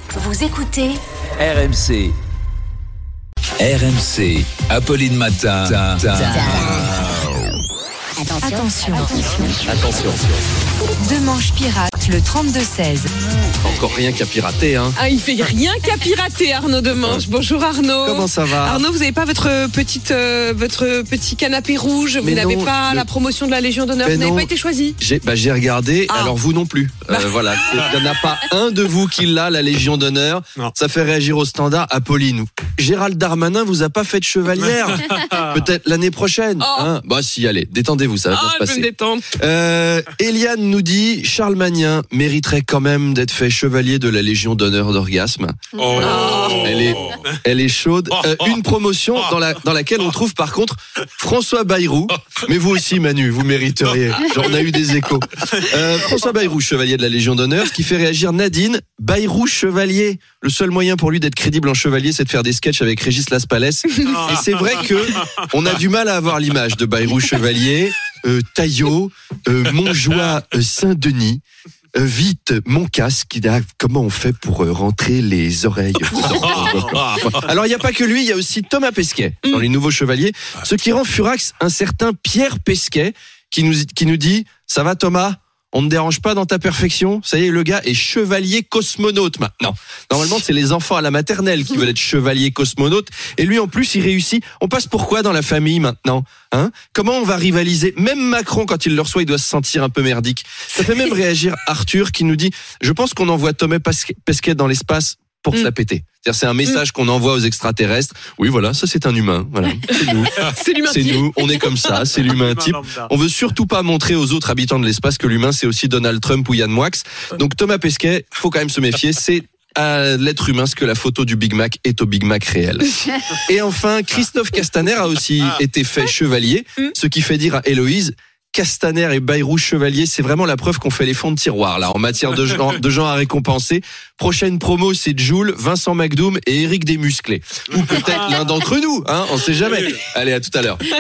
Vous écoutez RMC. RMC. Apolline Matin. Attention. Attention, Deux manches pirates, le 32-16. encore rien qu'à pirater, hein. Ah, il fait rien qu'à pirater, Arnaud Demanche. Bonjour Arnaud. Comment ça va? Arnaud, vous n'avez pas votre petit canapé rouge. Vous Mais n'avez non, pas la promotion de la Légion d'honneur. Mais Vous n'avez non. pas été choisi. J'ai regardé, alors vous non plus. Voilà, il n'y en a pas un de vous qui l'a, la Légion d'honneur. Non. Ça fait réagir au standard. Apolline, Gérald Darmanin vous a pas fait de chevalière. Peut-être l'année prochaine. Oh. Hein, bah si, allez, détendez-vous, ça va bien se Je vais me passer. détendre. Eliane nous dit, Charles Magnin mériterait quand même d'être fait chevalier de la Légion d'honneur d'orgasme. Oh. Elle est chaude. Une promotion dans laquelle on trouve par contre François Bayrou. Mais vous aussi, Manu, vous mériteriez. On a eu des échos. François Bayrou, chevalier de la Légion d'honneur, ce qui fait réagir Nadine. Bayrou chevalier. Le seul moyen pour lui d'être crédible en chevalier, c'est de faire des sketchs avec Régis Laspalès. Et c'est vrai que on a du mal à avoir l'image de Bayrou chevalier, Taillot, Montjoie, Saint-Denis. Vite, mon casque. Comment on fait pour rentrer les oreilles? Alors, il n'y a pas que lui, il y a aussi Thomas Pesquet dans les nouveaux chevaliers. Ce qui rend furax un certain Pierre Pesquet qui nous dit, ça va Thomas? On ne dérange pas dans ta perfection? Ça y est, le gars est chevalier cosmonaute maintenant. Normalement, c'est les enfants à la maternelle qui veulent être chevalier cosmonaute. Et lui, en plus, il réussit. On passe pourquoi dans la famille maintenant? Hein? Comment on va rivaliser? Même Macron, quand il le reçoit, il doit se sentir un peu merdique. Ça fait même réagir Arthur qui nous dit, je pense qu'on envoie Thomas Pesquet dans l'espace pour se la péter. C'est-à-dire, c'est un message qu'on envoie aux extraterrestres. Oui, voilà, ça c'est un humain. Voilà, c'est nous. C'est l'humain C'est type. nous, on est comme ça, c'est l'humain type. On veut surtout pas montrer aux autres habitants de l'espace que l'humain c'est aussi Donald Trump ou Yann Moix. Donc Thomas Pesquet, faut quand même se méfier, c'est à l'être humain ce que la photo du Big Mac est au Big Mac réel. Et enfin, Christophe Castaner a aussi été fait chevalier, ce qui fait dire à Héloïse, Castaner et Bayrou chevalier, c'est vraiment la preuve qu'on fait les fonds de tiroir là en matière de gens à récompenser. Prochaine promo, c'est Jules, Vincent McDoom et Éric Desmusclés. Ou peut-être l'un d'entre nous, hein, on sait jamais. Allez, à tout à l'heure.